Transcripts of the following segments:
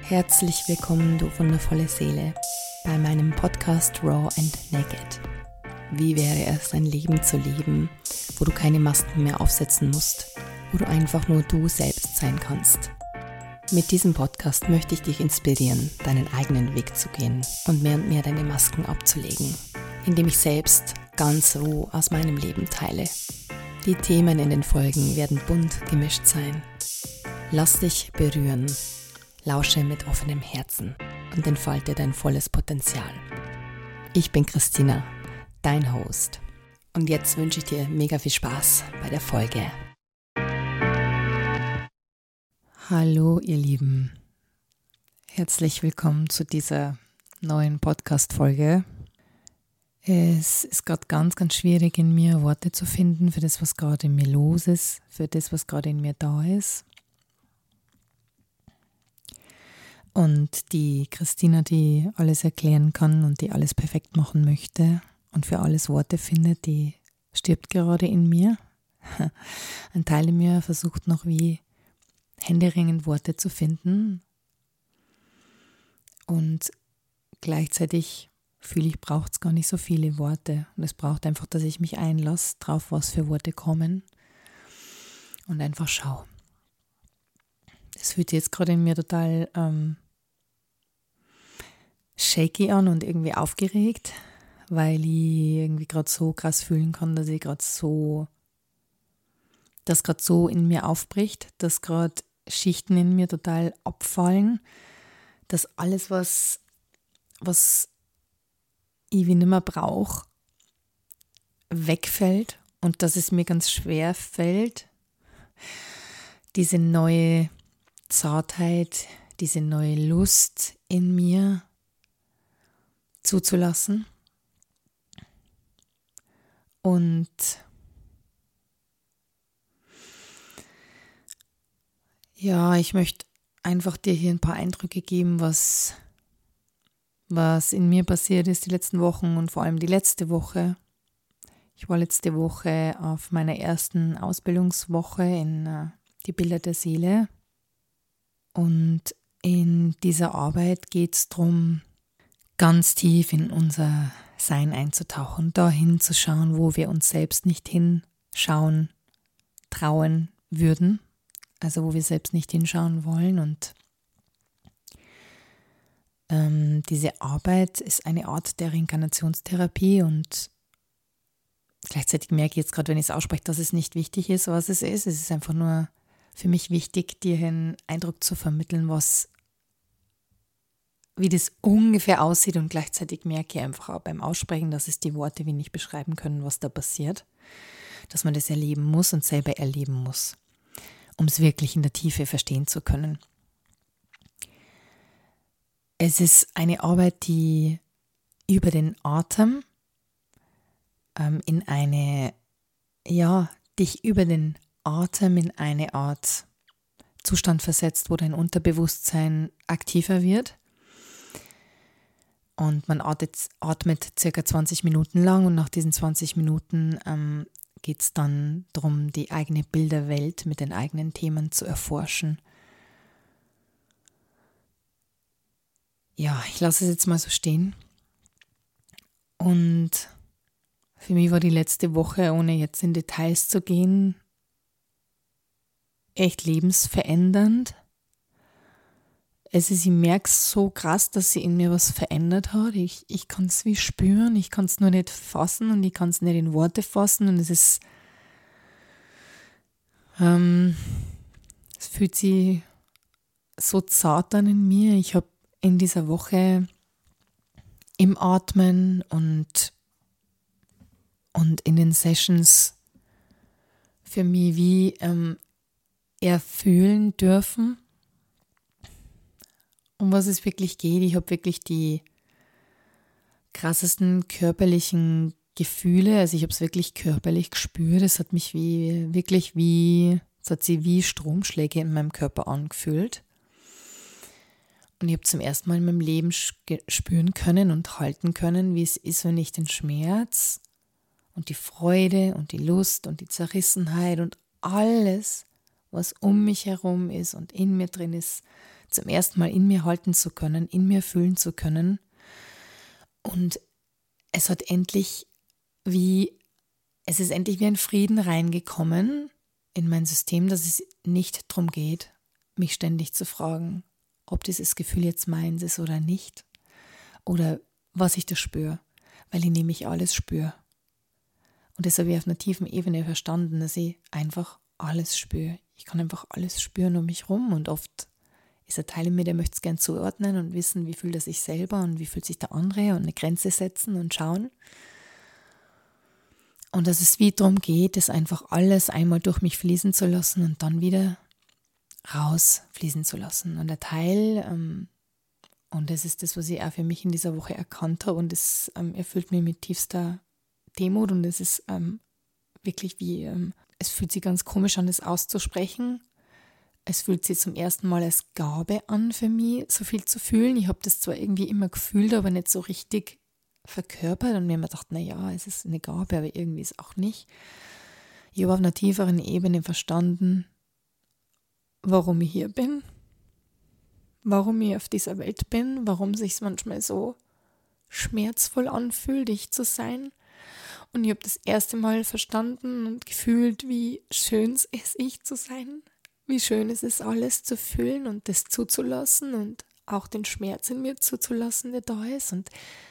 Herzlich willkommen, du wundervolle Seele, bei meinem Podcast Raw and Naked. Wie wäre es, ein Leben zu leben, wo du keine Masken mehr aufsetzen musst, wo du einfach nur du selbst sein kannst? Mit diesem Podcast möchte ich dich inspirieren, deinen eigenen Weg zu gehen und mehr deine Masken abzulegen, indem ich selbst ganz roh aus meinem Leben teile. Die Themen in den Folgen werden bunt gemischt sein. Lass dich berühren. Lausche mit offenem Herzen und entfalte dein volles Potenzial. Ich bin Christina, dein Host. Und jetzt wünsche ich dir mega viel Spaß bei der Folge. Hallo ihr Lieben, herzlich willkommen zu dieser neuen Podcast-Folge. Es ist gerade ganz schwierig in mir, Worte zu finden für das, was gerade in mir los ist, für das, was gerade in mir da ist. Und die Christina, die alles erklären kann und die alles perfekt machen möchte und für alles Worte findet, die stirbt gerade in mir. Ein Teil in mir versucht noch wie händeringend Worte zu finden. Und gleichzeitig fühle ich, braucht es gar nicht so viele Worte. Und es braucht einfach, dass ich mich einlasse drauf, was für Worte kommen und einfach schaue. Das fühlt sich jetzt gerade in mir total shaky an und irgendwie aufgeregt, weil ich irgendwie gerade so krass fühlen kann, dass das gerade so in mir aufbricht, dass gerade Schichten in mir total abfallen, dass alles, was ich wie nicht mehr brauche, wegfällt und dass es mir ganz schwer fällt, diese neue Zartheit, diese neue Lust in mir zuzulassen. Und ja, ich möchte einfach dir hier ein paar Eindrücke geben, was in mir passiert ist die letzten Wochen und vor allem die letzte Woche. Ich war letzte Woche auf meiner ersten Ausbildungswoche in die Bilder der Seele. Und in dieser Arbeit geht es darum, ganz tief in unser Sein einzutauchen, dahin zu schauen, wo wir uns selbst nicht hinschauen trauen würden, also wo wir selbst nicht hinschauen wollen. Und diese Arbeit ist eine Art der Reinkarnationstherapie und gleichzeitig merke ich jetzt gerade, wenn ich es ausspreche, dass es nicht wichtig ist, was es ist. Es ist einfach nur für mich wichtig, dir einen Eindruck zu vermitteln, wie das ungefähr aussieht, und gleichzeitig merke ich einfach auch beim Aussprechen, dass es die Worte wie nicht beschreiben können, was da passiert, dass man das erleben muss und selber erleben muss, um es wirklich in der Tiefe verstehen zu können. Es ist eine Arbeit, die über den Atem dich über den Atem in eine Art Zustand versetzt, wo dein Unterbewusstsein aktiver wird. Und man atmet circa 20 Minuten lang und nach diesen 20 Minuten geht es dann darum, die eigene Bilderwelt mit den eigenen Themen zu erforschen. Ja, ich lasse es jetzt mal so stehen. Und für mich war die letzte Woche, ohne jetzt in Details zu gehen, echt lebensverändernd. Ich merke es so krass, dass sie in mir was verändert hat. Ich kann es wie spüren, ich kann es nur nicht fassen und ich kann es nicht in Worte fassen. Und es fühlt sich so zart an in mir. Ich habe in dieser Woche im Atmen und in den Sessions für mich wie erfühlen dürfen, um was es wirklich geht. Ich habe wirklich die krassesten körperlichen Gefühle, also ich habe es wirklich körperlich gespürt. Es hat mich es hat sich wie Stromschläge in meinem Körper angefühlt. Und ich habe zum ersten Mal in meinem Leben spüren können und halten können, wie es ist, wenn ich den Schmerz und die Freude und die Lust und die Zerrissenheit und alles, was um mich herum ist und in mir drin ist, zum ersten Mal in mir halten zu können, in mir fühlen zu können. Und es ist endlich wie ein Frieden reingekommen in mein System, dass es nicht darum geht, mich ständig zu fragen, ob dieses Gefühl jetzt meins ist oder nicht oder was ich da spüre, weil ich nämlich alles spüre. Und das habe ich auf einer tiefen Ebene verstanden, dass ich einfach alles spüre. Ich kann einfach alles spüren um mich rum und oft ist ein Teil in mir, der möchte es gern zuordnen und wissen, wie fühlt er sich selber und wie fühlt sich der andere und eine Grenze setzen und schauen. Und dass es wie darum geht, das einfach alles einmal durch mich fließen zu lassen und dann wieder rausfließen zu lassen. Und der Teil, und das ist das, was ich auch für mich in dieser Woche erkannt habe und es erfüllt mich mit tiefster Demut und es ist wirklich wie, es fühlt sich ganz komisch an, das auszusprechen. Es fühlt sich zum ersten Mal als Gabe an für mich, so viel zu fühlen. Ich habe das zwar irgendwie immer gefühlt, aber nicht so richtig verkörpert und mir immer gedacht, naja, es ist eine Gabe, aber irgendwie ist es auch nicht. Ich habe auf einer tieferen Ebene verstanden, warum ich hier bin, warum ich auf dieser Welt bin, warum es sich manchmal so schmerzvoll anfühlt, ich zu sein. Und ich habe das erste Mal verstanden und gefühlt, wie schön es ist, ich zu sein, wie schön es ist, alles zu fühlen und das zuzulassen und auch den Schmerz in mir zuzulassen, der da ist und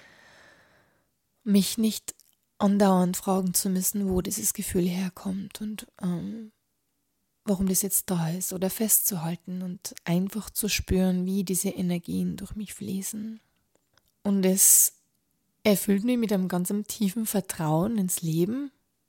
mich nicht andauernd fragen zu müssen, wo dieses Gefühl herkommt und warum das jetzt da ist oder festzuhalten und einfach zu spüren, wie diese Energien durch mich fließen. Und es erfüllt mich mit einem ganz tiefen Vertrauen ins Leben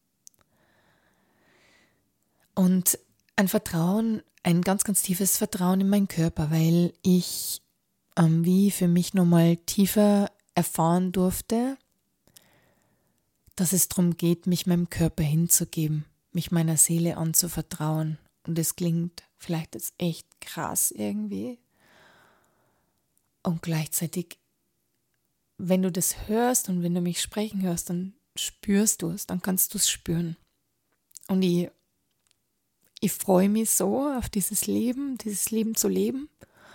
und ein ganz, ganz tiefes Vertrauen in meinen Körper, weil ich wie für mich nochmal tiefer erfahren durfte, dass es darum geht, mich meinem Körper hinzugeben, mich meiner Seele anzuvertrauen. Und es klingt vielleicht jetzt echt krass irgendwie. Und gleichzeitig, wenn du das hörst und wenn du mich sprechen hörst, dann spürst du es, dann kannst du es spüren. Und ich freue mich so auf dieses Leben zu leben,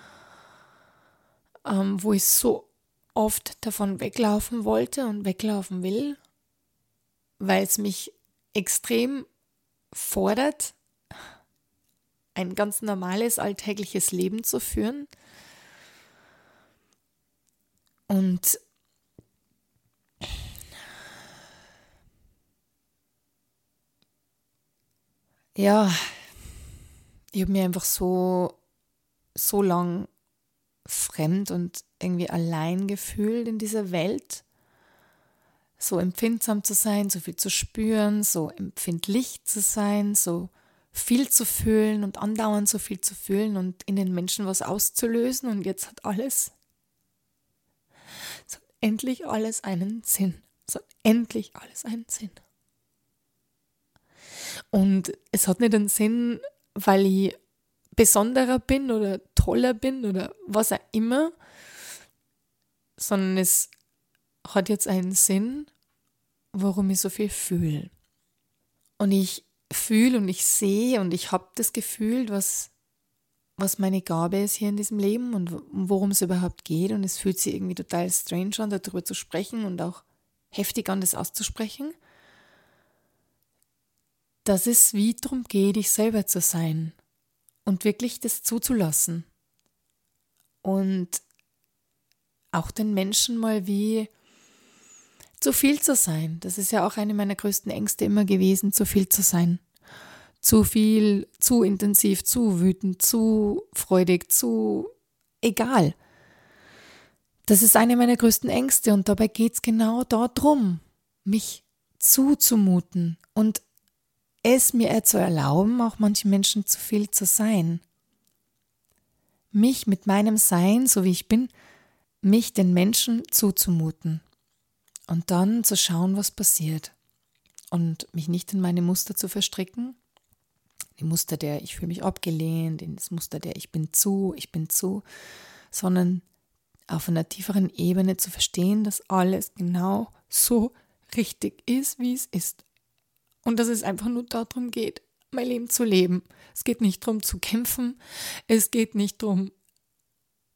wo ich so oft davon weglaufen wollte und weglaufen will, weil es mich extrem fordert, ein ganz normales, alltägliches Leben zu führen. Und ja, ich habe mich einfach so lang fremd und irgendwie allein gefühlt in dieser Welt. So empfindsam zu sein, so viel zu spüren, so empfindlich zu sein, so viel zu fühlen und andauernd so viel zu fühlen und in den Menschen was auszulösen. Und jetzt hat endlich alles einen Sinn. Es hat endlich alles einen Sinn. Und es hat nicht einen Sinn, weil ich besonderer bin oder toller bin oder was auch immer, sondern es hat jetzt einen Sinn, warum ich so viel fühle. Und ich fühle und ich sehe und ich habe das Gefühl, was meine Gabe ist hier in diesem Leben und worum es überhaupt geht. Und es fühlt sich irgendwie total strange an, darüber zu sprechen und auch heftig an, das auszusprechen. Dass es wie darum geht, ich selber zu sein und wirklich das zuzulassen. Und auch den Menschen mal wie zu viel zu sein. Das ist ja auch eine meiner größten Ängste immer gewesen, zu viel zu sein. Zu viel, zu intensiv, zu wütend, zu freudig, zu egal. Das ist eine meiner größten Ängste und dabei geht es genau darum, mich zuzumuten und es mir zu erlauben, auch manchen Menschen zu viel zu sein. Mich mit meinem Sein, so wie ich bin, mich den Menschen zuzumuten und dann zu schauen, was passiert und mich nicht in meine Muster zu verstricken, die Muster der ich fühle mich abgelehnt, in das Muster der ich bin zu, sondern auf einer tieferen Ebene zu verstehen, dass alles genau so richtig ist, wie es ist. Und dass es einfach nur darum geht, mein Leben zu leben. Es geht nicht darum zu kämpfen, es geht nicht darum,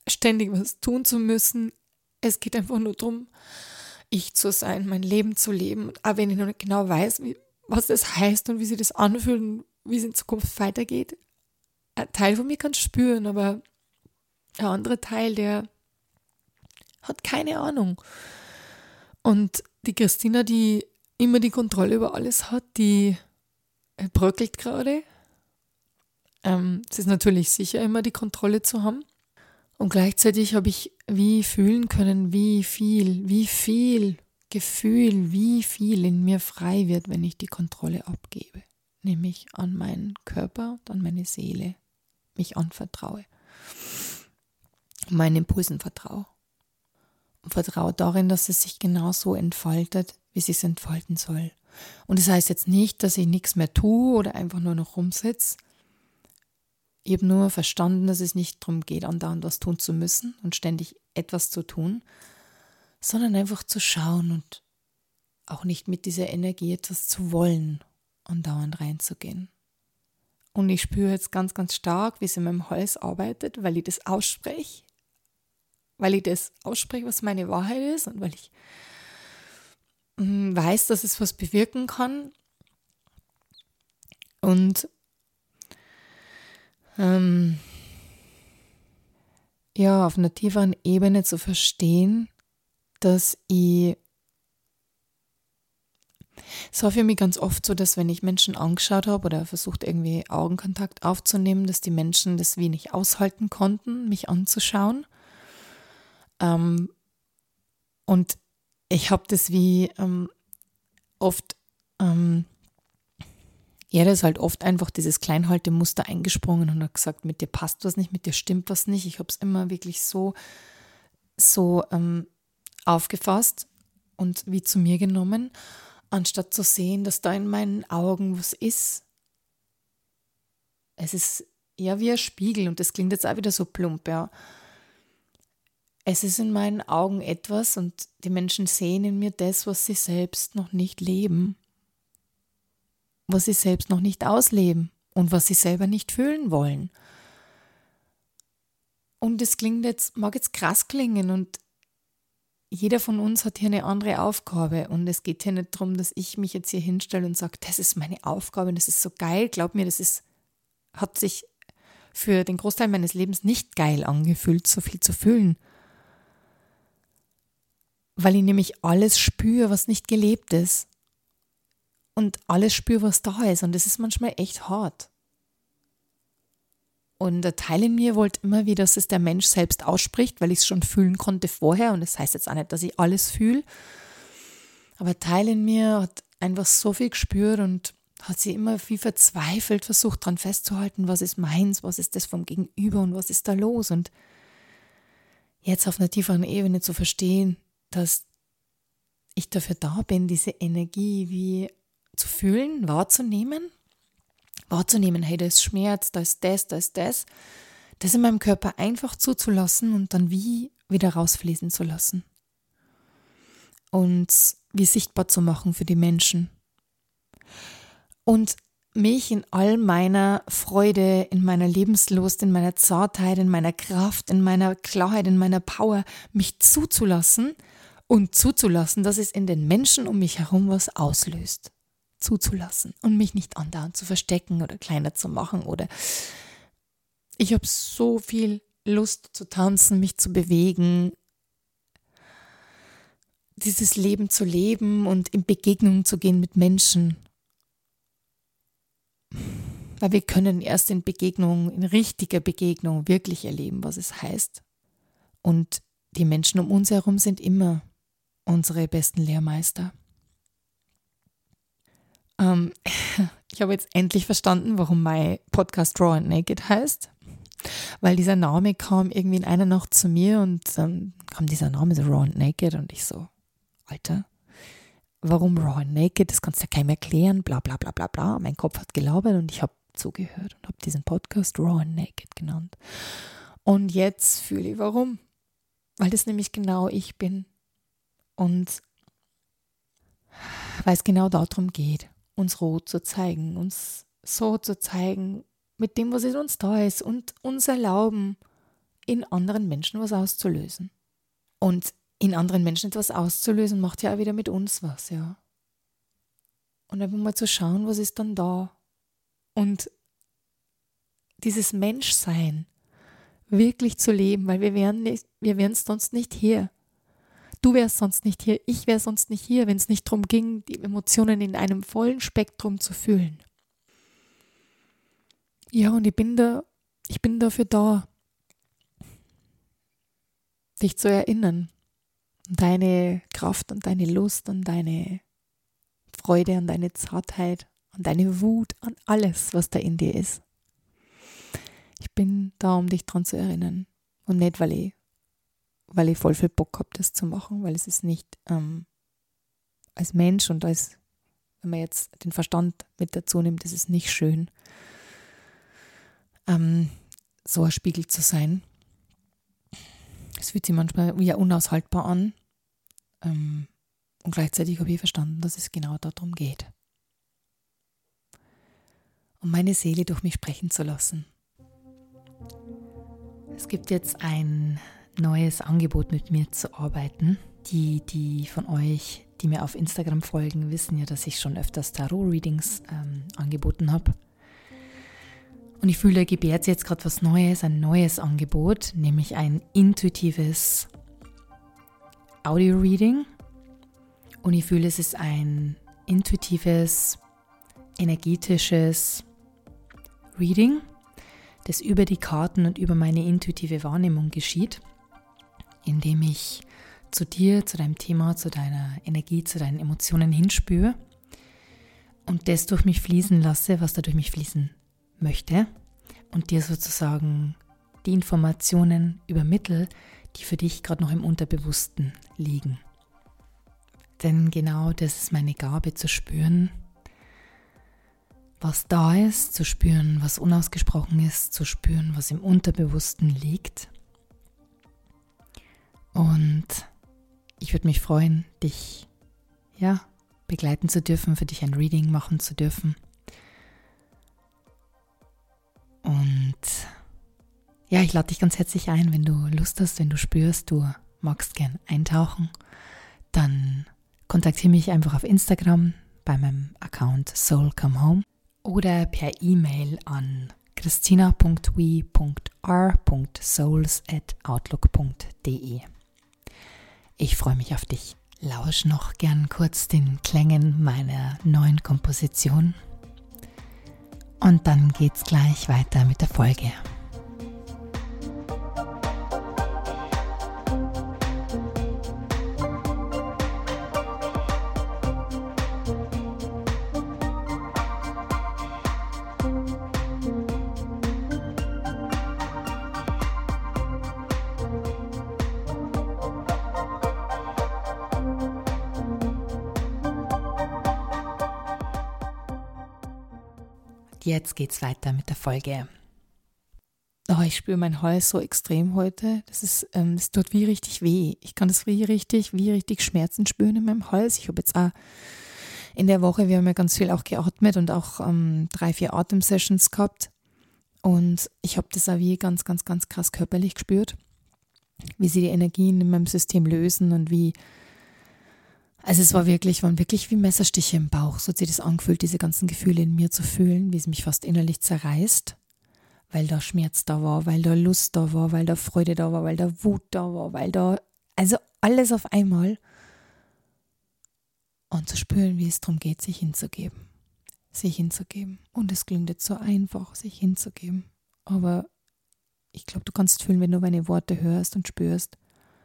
ständig was tun zu müssen. Es geht einfach nur darum, ich zu sein, mein Leben zu leben. Aber wenn ich noch nicht genau weiß, was das heißt und wie sich das anfühlt und wie es in Zukunft weitergeht, ein Teil von mir kann es spüren, aber ein anderer Teil, der hat keine Ahnung. Und die Christina, die immer die Kontrolle über alles hat, die bröckelt gerade. Es ist natürlich sicher, immer die Kontrolle zu haben. Und gleichzeitig habe ich wie fühlen können, wie viel Gefühl, wie viel in mir frei wird, wenn ich die Kontrolle abgebe. Nämlich an meinen Körper und an meine Seele. Mich anvertraue. Meinen Impulsen vertraue. Und vertraue darin, dass es sich genauso entfaltet, wie es sich entfalten soll. Und das heißt jetzt nicht, dass ich nichts mehr tue oder einfach nur noch rumsitze. Ich habe nur verstanden, dass es nicht darum geht, andauernd was tun zu müssen und ständig etwas zu tun, sondern einfach zu schauen und auch nicht mit dieser Energie etwas zu wollen, andauernd reinzugehen. Und ich spüre jetzt ganz, ganz stark, wie es in meinem Hals arbeitet, weil ich das ausspreche. Was meine Wahrheit ist und weil ich weiß, dass es was bewirken kann. Und auf einer tieferen Ebene zu verstehen, dass es war für mich ganz oft so, dass wenn ich Menschen angeschaut habe oder versucht irgendwie Augenkontakt aufzunehmen, dass die Menschen das wie nicht aushalten konnten, mich anzuschauen. Und ich habe das wie oft, er ist halt oft einfach dieses Kleinhaltemuster eingesprungen und hat gesagt, mit dir passt was nicht, mit dir stimmt was nicht. Ich habe es immer wirklich so aufgefasst und wie zu mir genommen, anstatt zu sehen, dass da in meinen Augen was ist. Es ist ja wie ein Spiegel und das klingt jetzt auch wieder so plump, ja. Es ist in meinen Augen etwas und die Menschen sehen in mir das, was sie selbst noch nicht leben, was sie selbst noch nicht ausleben und was sie selber nicht fühlen wollen. Und es mag jetzt krass klingen und jeder von uns hat hier eine andere Aufgabe und es geht hier nicht darum, dass ich mich jetzt hier hinstelle und sage, das ist meine Aufgabe und das ist so geil. Glaub mir, hat sich für den Großteil meines Lebens nicht geil angefühlt, so viel zu fühlen. Weil ich nämlich alles spüre, was nicht gelebt ist. Und alles spüre, was da ist. Und das ist manchmal echt hart. Und der Teil in mir wollte immer wieder, dass es der Mensch selbst ausspricht, weil ich es schon fühlen konnte vorher. Und das heißt jetzt auch nicht, dass ich alles fühle. Aber ein Teil in mir hat einfach so viel gespürt und hat sich immer wie verzweifelt versucht, daran festzuhalten, was ist meins, was ist das vom Gegenüber und was ist da los. Und jetzt auf einer tieferen Ebene zu verstehen, dass ich dafür da bin, diese Energie wie zu fühlen, wahrzunehmen, hey, da ist Schmerz, da ist das, das in meinem Körper einfach zuzulassen und dann wie wieder rausfließen zu lassen. Und wie sichtbar zu machen für die Menschen. Und mich in all meiner Freude, in meiner Lebenslust, in meiner Zartheit, in meiner Kraft, in meiner Klarheit, in meiner Power, mich zuzulassen und zuzulassen, dass es in den Menschen um mich herum was auslöst. Zuzulassen und mich nicht andauernd zu verstecken oder kleiner zu machen oder ich habe so viel Lust zu tanzen, mich zu bewegen, dieses Leben zu leben und in Begegnung zu gehen mit Menschen. Weil wir können erst in richtiger Begegnung wirklich erleben, was es heißt. Und die Menschen um uns herum sind immer unsere besten Lehrmeister. Ich habe jetzt endlich verstanden, warum mein Podcast Raw and Naked heißt. Weil dieser Name kam irgendwie in einer Nacht zu mir und dann kam dieser Name so Raw and Naked und ich so, Alter, warum Raw and Naked? Das kannst du ja keinem erklären, bla bla bla bla bla. Mein Kopf hat gelabert und ich habe zugehört und habe diesen Podcast Raw and Naked genannt. Und jetzt fühle ich warum. Weil das nämlich genau ich bin. Und weil es genau darum geht, uns roh zu zeigen, uns so zu zeigen, mit dem, was in uns da ist und uns erlauben, in anderen Menschen was auszulösen. Und in anderen Menschen etwas auszulösen, macht ja auch wieder mit uns was, ja. Und einfach mal zu schauen, was ist dann da. Und dieses Menschsein wirklich zu leben, weil wir wären sonst nicht hier. Du wärst sonst nicht hier, ich wäre sonst nicht hier, wenn es nicht darum ging, die Emotionen in einem vollen Spektrum zu fühlen. Ja, und ich bin dafür da, dich zu erinnern. An deine Kraft, an deine Lust, an deine Freude, an deine Zartheit, an deine Wut, an alles, was da in dir ist. Ich bin da, um dich dran zu erinnern. Und nicht, weil ich voll viel Bock habe, das zu machen, weil es ist nicht als Mensch und als, wenn man jetzt den Verstand mit dazu nimmt, ist es nicht schön, so ein Spiegel zu sein. Es fühlt sich manchmal wie unaushaltbar an. Und gleichzeitig habe ich verstanden, dass es genau darum geht. Um meine Seele durch mich sprechen zu lassen. Es gibt jetzt ein neues Angebot, mit mir zu arbeiten. Die von euch, die mir auf Instagram folgen, wissen ja, dass ich schon öfters Tarot-Readings angeboten habe. Und ich fühle, da gebärt sich jetzt gerade was Neues, ein neues Angebot, nämlich ein intuitives Audio-Reading. Und ich fühle, es ist ein intuitives, energetisches Reading, das über die Karten und über meine intuitive Wahrnehmung geschieht, indem ich zu dir, zu deinem Thema, zu deiner Energie, zu deinen Emotionen hinspüre und das durch mich fließen lasse, was da durch mich fließen möchte und dir sozusagen die Informationen übermittle, die für dich gerade noch im Unterbewussten liegen. Denn genau das ist meine Gabe, zu spüren, was da ist, zu spüren, was unausgesprochen ist, zu spüren, was im Unterbewussten liegt. Und ich würde mich freuen, dich begleiten zu dürfen, für dich ein Reading machen zu dürfen. Und ja, ich lade dich ganz herzlich ein, wenn du Lust hast, wenn du spürst, du magst gern eintauchen, dann kontaktiere mich einfach auf Instagram bei meinem Account Soul Come Home oder per E-Mail an christina.we.r.souls@outlook.de. Ich freue mich auf dich. Lausch noch gern kurz den Klängen meiner neuen Komposition. Und dann geht's gleich weiter mit der Folge. Jetzt geht's weiter mit der Folge. Oh, ich spüre meinen Hals so extrem heute. Das tut wie richtig weh. Ich kann das wie richtig Schmerzen spüren in meinem Hals. Ich habe jetzt auch in der Woche, wir haben ja ganz viel auch geatmet und auch 3-4 Atemsessions gehabt. Und ich habe das auch wie ganz krass körperlich gespürt, wie sie die Energien in meinem System lösen und wie. Also es waren wirklich wie Messerstiche im Bauch. So hat sich das angefühlt, diese ganzen Gefühle in mir zu fühlen, wie es mich fast innerlich zerreißt, weil da Schmerz da war, weil da Lust da war, weil da Freude da war, weil da Wut da war, also alles auf einmal. Und zu spüren, wie es darum geht, sich hinzugeben. Und es klingt jetzt so einfach, sich hinzugeben. Aber ich glaube, du kannst fühlen, wenn du meine Worte hörst und spürst,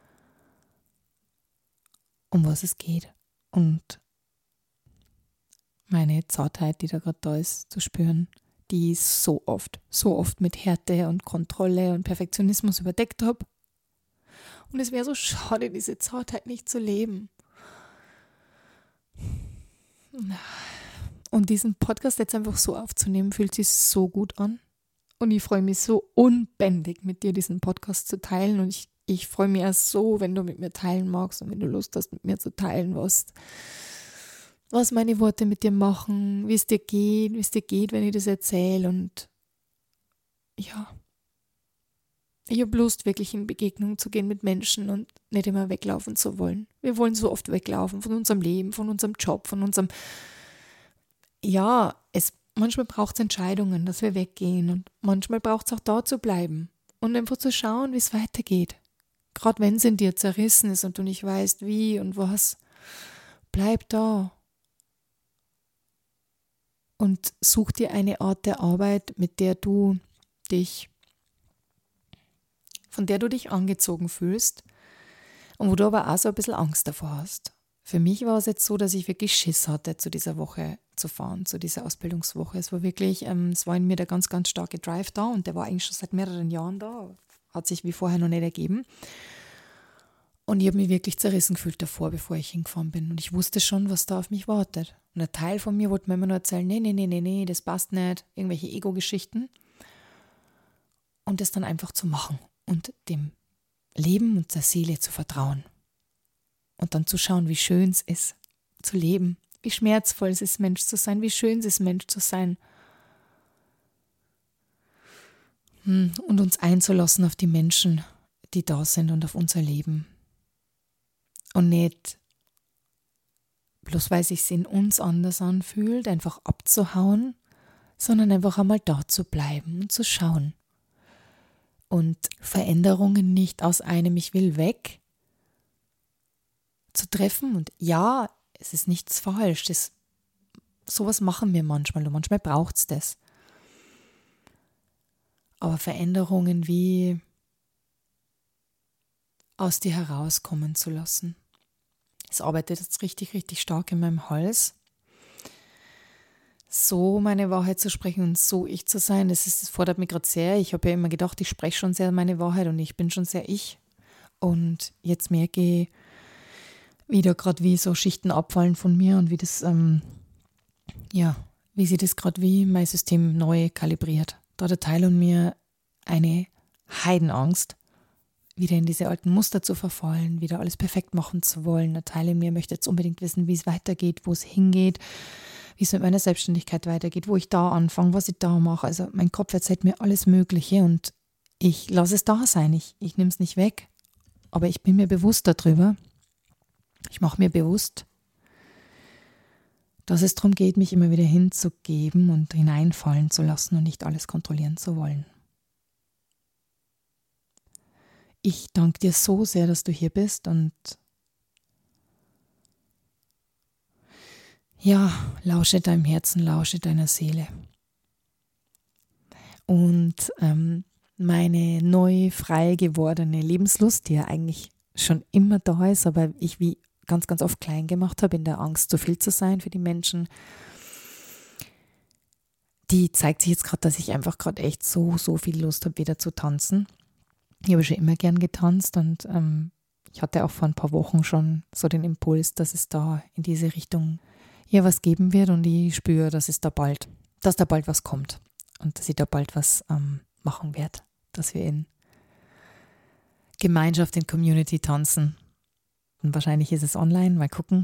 um was es geht und meine Zartheit, die da gerade da ist, zu spüren, die ich so oft mit Härte und Kontrolle und Perfektionismus überdeckt habe. Und es wäre so schade, diese Zartheit nicht zu leben. Und diesen Podcast jetzt einfach so aufzunehmen, fühlt sich so gut an. Und ich freue mich so unbändig, mit dir diesen Podcast zu teilen. Und ich freue mich auch so, wenn du mit mir teilen magst und wenn du Lust hast, mit mir zu teilen, was meine Worte mit dir machen, wie es dir geht, wenn ich das erzähle. Und ja, Ich habe Lust, wirklich in Begegnung zu gehen mit Menschen und nicht immer weglaufen zu wollen. Wir wollen so oft weglaufen von unserem Leben, von unserem Job, von unserem... Ja, manchmal braucht es Entscheidungen, dass wir weggehen und manchmal braucht es auch da zu bleiben und einfach zu schauen, wie es weitergeht. Gerade wenn es in dir zerrissen ist und du nicht weißt, wie und was, bleib da. Und such dir eine Art der Arbeit, von der du dich angezogen fühlst und wo du aber auch so ein bisschen Angst davor hast. Für mich war es jetzt so, dass ich wirklich Schiss hatte, zu dieser Woche zu fahren, zu dieser Ausbildungswoche. Es war wirklich, es war in mir der ganz, ganz starke Drive da und der war eigentlich schon seit mehreren Jahren da, hat sich wie vorher noch nicht ergeben. Und ich habe mich wirklich zerrissen gefühlt davor, bevor ich hingefahren bin. Und ich wusste schon, was da auf mich wartet. Und ein Teil von mir wollte mir immer nur erzählen, nee, das passt nicht, irgendwelche Ego-Geschichten. Und das dann einfach zu machen und dem Leben und der Seele zu vertrauen. Und dann zu schauen, wie schön es ist, zu leben, wie schmerzvoll es ist, Mensch zu sein, wie schön es ist, Mensch zu sein. Und uns einzulassen auf die Menschen, die da sind und auf unser Leben. Und nicht, bloß weil es sich in uns anders anfühlt, einfach abzuhauen, sondern einfach einmal da zu bleiben und zu schauen. Und Veränderungen nicht aus einem Ich will weg zu treffen. Und ja, es ist nichts falsch. Sowas machen wir manchmal und manchmal braucht es das. Aber Veränderungen wie aus dir herauskommen zu lassen. Es arbeitet jetzt richtig, richtig stark in meinem Hals. So meine Wahrheit zu sprechen und so ich zu sein, das fordert mich gerade sehr. Ich habe ja immer gedacht, ich spreche schon sehr meine Wahrheit und ich bin schon sehr ich. Und jetzt merke ich wieder gerade, wie so Schichten abfallen von mir und wie das, wie sich das gerade wie mein System neu kalibriert. Da hat ein Teil an mir eine Heidenangst, wieder in diese alten Muster zu verfallen, wieder alles perfekt machen zu wollen. Ein Teil in mir möchte jetzt unbedingt wissen, wie es weitergeht, wo es hingeht, wie es mit meiner Selbstständigkeit weitergeht, wo ich da anfange, was ich da mache. Also mein Kopf erzählt mir alles Mögliche und ich lasse es da sein. Ich nehme es nicht weg, aber ich bin mir bewusst darüber. Ich mache mir bewusst, dass es darum geht, mich immer wieder hinzugeben und hineinfallen zu lassen und nicht alles kontrollieren zu wollen. Ich danke dir so sehr, dass du hier bist und ja, lausche deinem Herzen, lausche deiner Seele. Und meine neu frei gewordene Lebenslust, die ja eigentlich schon immer da ist, aber ich wie ganz, ganz oft klein gemacht habe, in der Angst, zu viel zu sein für die Menschen, die zeigt sich jetzt gerade, dass ich einfach gerade echt so viel Lust habe, wieder zu tanzen. Ich habe schon immer gern getanzt und ich hatte auch vor ein paar Wochen schon so den Impuls, dass es da in diese Richtung ja was geben wird und ich spüre, dass da bald was kommt und dass ich da bald was machen werde, dass wir in Gemeinschaft, in Community tanzen. Und wahrscheinlich ist es online, mal gucken.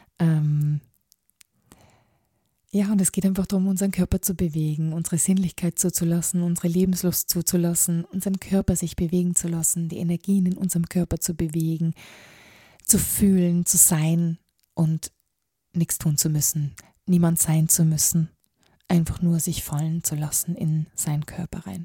Ja, und es geht einfach darum, unseren Körper zu bewegen, unsere Sinnlichkeit zuzulassen, unsere Lebenslust zuzulassen, unseren Körper sich bewegen zu lassen, die Energien in unserem Körper zu bewegen, zu fühlen, zu sein und nichts tun zu müssen, niemand sein zu müssen, einfach nur sich fallen zu lassen in seinen Körper rein.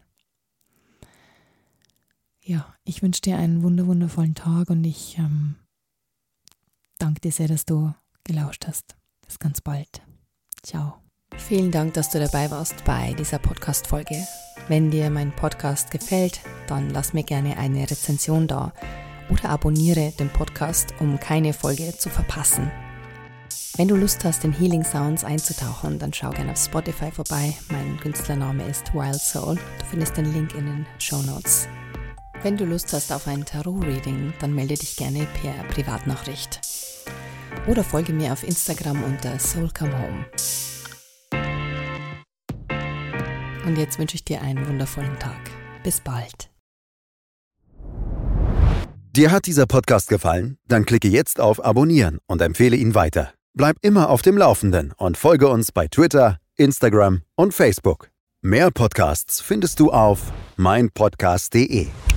Ja, ich wünsche dir einen wundervollen Tag und ich danke dir sehr, dass du gelauscht hast. Bis ganz bald. Ciao. Vielen Dank, dass du dabei warst bei dieser Podcast-Folge. Wenn dir mein Podcast gefällt, dann lass mir gerne eine Rezension da oder abonniere den Podcast, um keine Folge zu verpassen. Wenn du Lust hast, in Healing Sounds einzutauchen, dann schau gerne auf Spotify vorbei. Mein Künstlername ist Wild Soul. Du findest den Link in den Shownotes. Wenn du Lust hast auf ein Tarot-Reading, dann melde dich gerne per Privatnachricht. Oder folge mir auf Instagram unter Soul Come Home. Und jetzt wünsche ich dir einen wundervollen Tag. Bis bald. Dir hat dieser Podcast gefallen? Dann klicke jetzt auf Abonnieren und empfehle ihn weiter. Bleib immer auf dem Laufenden und folge uns bei Twitter, Instagram und Facebook. Mehr Podcasts findest du auf meinpodcast.de.